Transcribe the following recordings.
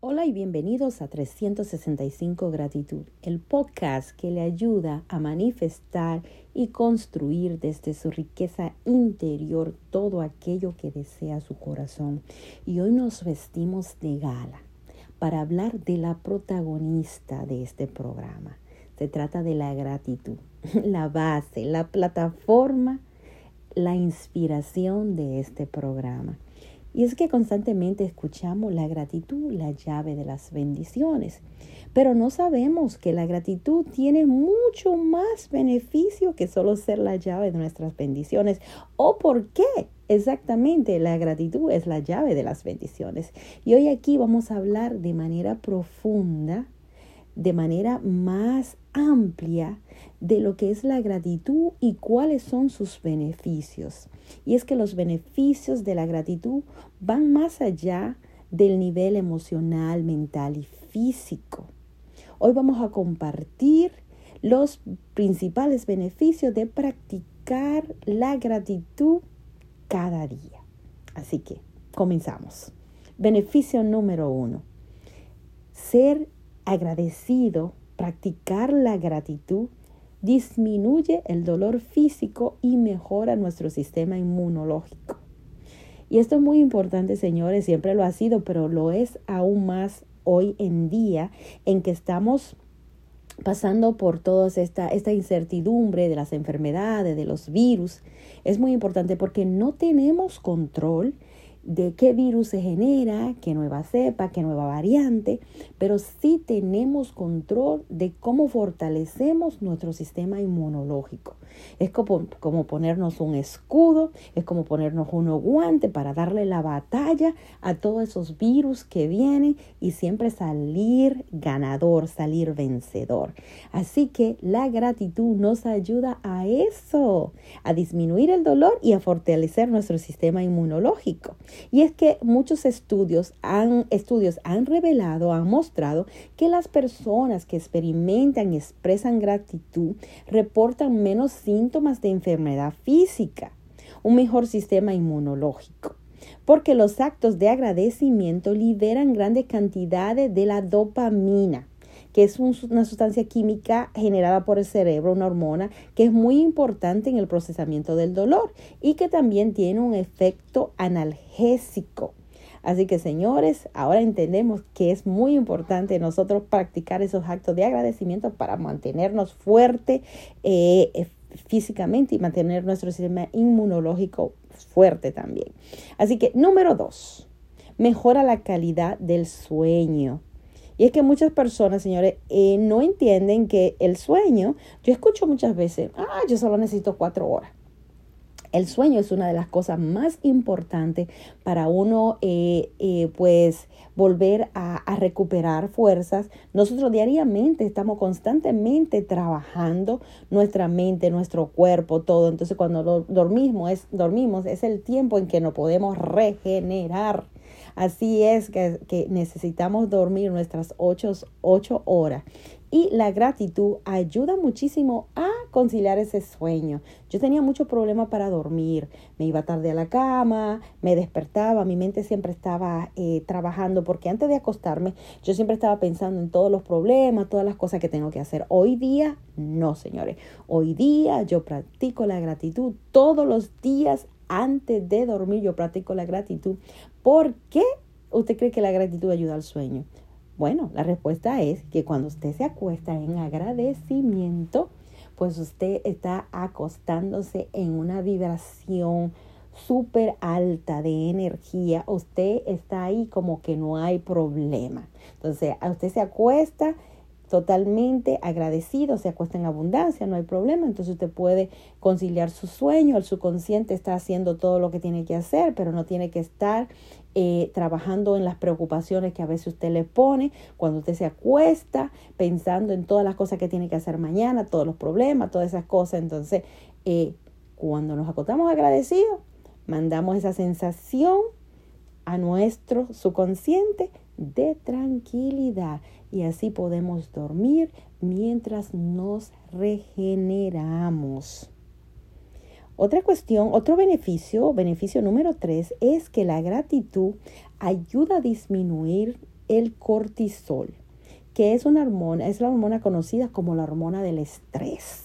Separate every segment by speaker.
Speaker 1: Hola y bienvenidos a 365 Gratitud, el podcast que le ayuda a manifestar y construir desde su riqueza interior todo aquello que desea su corazón. Y hoy nos vestimos de gala para hablar de la protagonista de este programa. Se trata de la gratitud, la base, la plataforma, la inspiración de este programa. Y es que constantemente escuchamos la gratitud, la llave de las bendiciones, pero no sabemos que la gratitud tiene mucho más beneficio que solo ser la llave de nuestras bendiciones. ¿O por qué? Exactamente, la gratitud es la llave de las bendiciones. Y hoy aquí vamos a hablar de manera profunda, de manera más amplia de lo que es la gratitud y cuáles son sus beneficios. Y es que los beneficios de la gratitud van más allá del nivel emocional, mental y físico. Hoy vamos a compartir los principales beneficios de practicar la gratitud cada día. Así que comenzamos. Beneficio número 1. Ser agradecido, practicar la gratitud, disminuye el dolor físico y mejora nuestro sistema inmunológico. Y esto es muy importante, señores, siempre lo ha sido, pero lo es aún más hoy en día en que estamos pasando por toda esta incertidumbre de las enfermedades, de los virus. Es muy importante porque no tenemos control de qué virus se genera, qué nueva cepa, qué nueva variante, pero sí tenemos control de cómo fortalecemos nuestro sistema inmunológico. Es como ponernos un escudo, es como ponernos unos guantes para darle la batalla a todos esos virus que vienen y siempre salir ganador, salir vencedor. Así que la gratitud nos ayuda a eso, a disminuir el dolor y a fortalecer nuestro sistema inmunológico. Y es que muchos estudios han revelado, han mostrado que las personas que experimentan y expresan gratitud reportan menos síntomas de enfermedad física, un mejor sistema inmunológico, porque los actos de agradecimiento liberan grandes cantidades de la dopamina, que es una sustancia química generada por el cerebro, una hormona que es muy importante en el procesamiento del dolor y que también tiene un efecto analgésico. Así que, señores, ahora entendemos que es muy importante nosotros practicar esos actos de agradecimiento para mantenernos fuertes físicamente y mantener nuestro sistema inmunológico fuerte también. Así que, número 2, mejora la calidad del sueño. Y es que muchas personas, señores, no entienden que el sueño, yo escucho muchas veces, yo solo necesito 4 horas. El sueño es una de las cosas más importantes para uno, pues, volver a recuperar fuerzas. Nosotros diariamente estamos constantemente trabajando nuestra mente, nuestro cuerpo, todo. Entonces, cuando dormimos es el tiempo en que nos podemos regenerar. Así es que necesitamos dormir nuestras 8 horas. Y la gratitud ayuda muchísimo a conciliar ese sueño. Yo tenía mucho problema para dormir. Me iba tarde a la cama, me despertaba, mi mente siempre estaba trabajando, porque antes de acostarme yo siempre estaba pensando en todos los problemas, todas las cosas que tengo que hacer. Hoy día, no, señores. Hoy día yo practico la gratitud todos los días. Antes de dormir yo practico la gratitud. ¿Por qué usted cree que la gratitud ayuda al sueño? Bueno, la respuesta es que cuando usted se acuesta en agradecimiento, pues usted está acostándose en una vibración súper alta de energía. Usted está ahí como que no hay problema. Entonces, a usted se acuesta totalmente agradecido, se acuesta en abundancia, no hay problema. Entonces usted puede conciliar su sueño. El subconsciente está haciendo todo lo que tiene que hacer, pero no tiene que estar trabajando en las preocupaciones que a veces usted le pone cuando usted se acuesta, pensando en todas las cosas que tiene que hacer mañana, todos los problemas, todas esas cosas. Entonces, cuando nos acostamos agradecidos, mandamos esa sensación a nuestro subconsciente de tranquilidad y así podemos dormir mientras nos regeneramos. Otra cuestión, otro beneficio número 3, es que la gratitud ayuda a disminuir el cortisol, que es una hormona, es la hormona conocida como la hormona del estrés.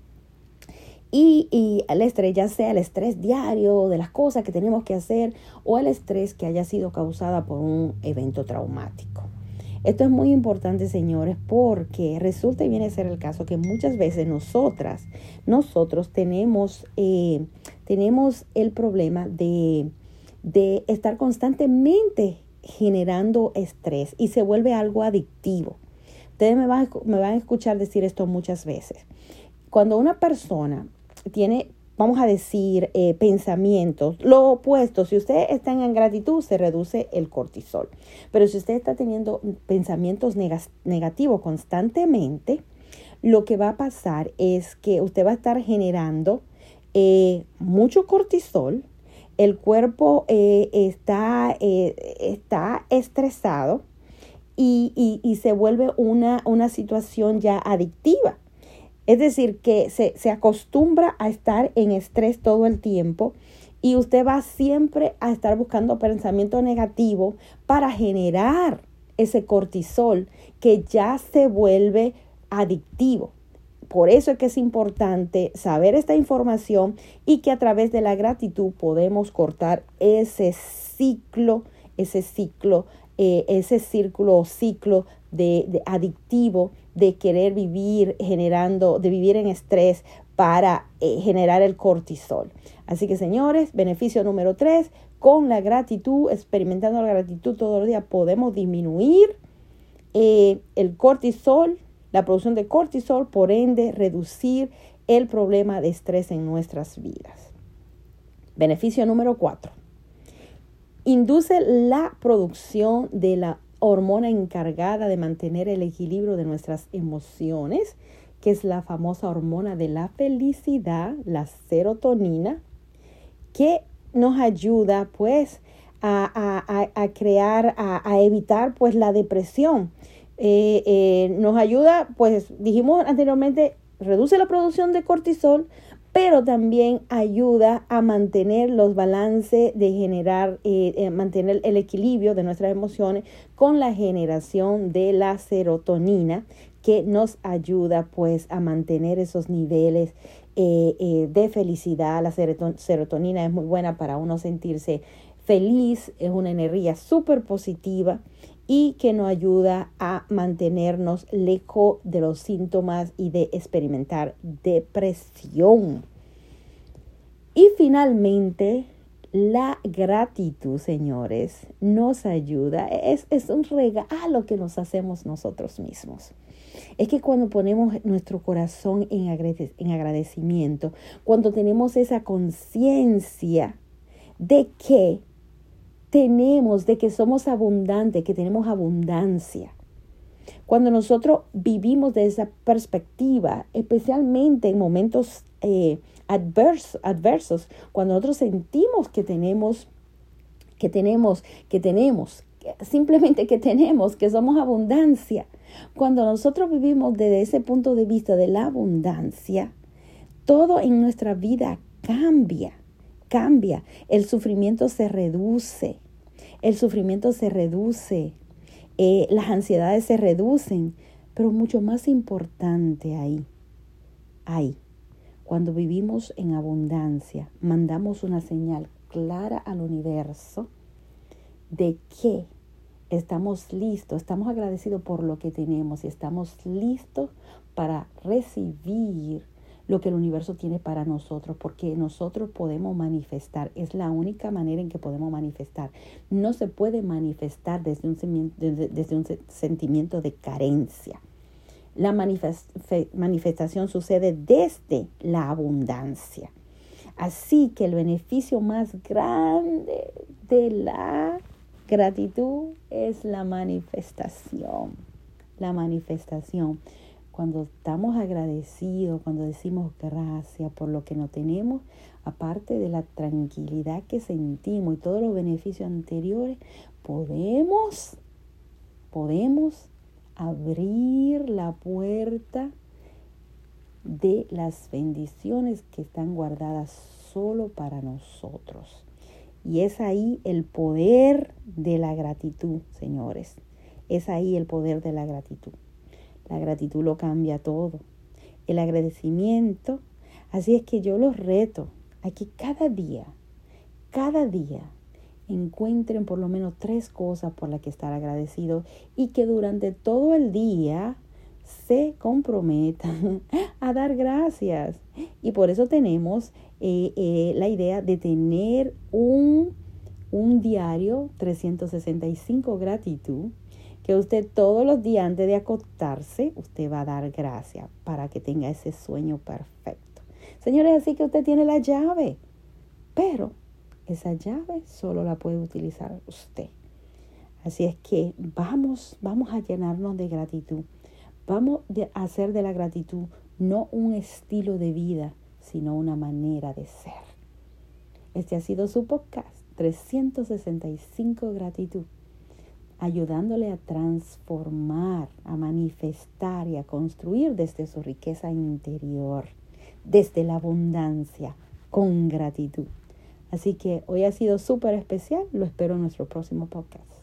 Speaker 1: Y el estrés, ya sea el estrés diario de las cosas que tenemos que hacer o el estrés que haya sido causada por un evento traumático. Esto es muy importante, señores, porque resulta y viene a ser el caso que muchas veces nosotros tenemos el problema de estar constantemente generando estrés y se vuelve algo adictivo. Ustedes me van a escuchar decir esto muchas veces. Cuando una persona tiene, vamos a decir, pensamientos, lo opuesto, si usted está en gratitud, se reduce el cortisol. Pero si usted está teniendo pensamientos negativos constantemente, lo que va a pasar es que usted va a estar generando mucho cortisol, el cuerpo está estresado y se vuelve una situación ya adictiva. Es decir, que se acostumbra a estar en estrés todo el tiempo y usted va siempre a estar buscando pensamiento negativo para generar ese cortisol que ya se vuelve adictivo. Por eso es que es importante saber esta información y que a través de la gratitud podemos cortar ese círculo de adictivo de querer vivir de vivir en estrés para generar el cortisol. Así que, señores, beneficio número 3, con la gratitud, experimentando la gratitud todos los días, podemos disminuir el cortisol, la producción de cortisol, por ende, reducir el problema de estrés en nuestras vidas. Beneficio número 4. Induce la producción de la hormona encargada de mantener el equilibrio de nuestras emociones, que es la famosa hormona de la felicidad, la serotonina, que nos ayuda pues a evitar pues la depresión. Nos ayuda, pues dijimos anteriormente, reduce la producción de cortisol, pero también ayuda a mantener los balances de generar, mantener el equilibrio de nuestras emociones con la generación de la serotonina, que nos ayuda pues a mantener esos niveles de felicidad. La serotonina es muy buena para uno sentirse feliz, es una energía súper positiva y que nos ayuda a mantenernos lejos de los síntomas y de experimentar depresión. Y finalmente, la gratitud, señores, nos ayuda. Es un regalo que nos hacemos nosotros mismos. Es que cuando ponemos nuestro corazón en agradecimiento, cuando tenemos esa conciencia de que somos abundantes, que tenemos abundancia. Cuando nosotros vivimos de esa perspectiva, especialmente en momentos adversos, cuando nosotros sentimos que somos abundancia. Cuando nosotros vivimos desde ese punto de vista de la abundancia, todo en nuestra vida cambia. El sufrimiento se reduce. Las ansiedades se reducen. Pero mucho más importante ahí, cuando vivimos en abundancia, mandamos una señal clara al universo de que estamos listos, estamos agradecidos por lo que tenemos y estamos listos para recibir lo que el universo tiene para nosotros, porque nosotros podemos manifestar. Es la única manera en que podemos manifestar. No se puede manifestar desde un sentimiento de carencia. La manifestación sucede desde la abundancia. Así que el beneficio más grande de la gratitud es la manifestación. La manifestación. Cuando estamos agradecidos, cuando decimos gracias por lo que no tenemos, aparte de la tranquilidad que sentimos y todos los beneficios anteriores, podemos abrir la puerta de las bendiciones que están guardadas solo para nosotros. Y es ahí el poder de la gratitud, señores. Es ahí el poder de la gratitud. La gratitud lo cambia todo. El agradecimiento. Así es que yo los reto a que cada día, encuentren por lo menos 3 cosas por las que estar agradecidos y que durante todo el día se comprometan a dar gracias. Y por eso tenemos la idea de tener un diario 365 gratitud, que usted todos los días antes de acostarse, usted va a dar gracias para que tenga ese sueño perfecto. Señores, así que usted tiene la llave, pero esa llave solo la puede utilizar usted. Así es que vamos a llenarnos de gratitud. Vamos a hacer de la gratitud no un estilo de vida, sino una manera de ser. Este ha sido su podcast, 365 gratitud, ayudándole a transformar, a manifestar y a construir desde su riqueza interior, desde la abundancia, con gratitud. Así que hoy ha sido súper especial. Lo espero en nuestro próximo podcast.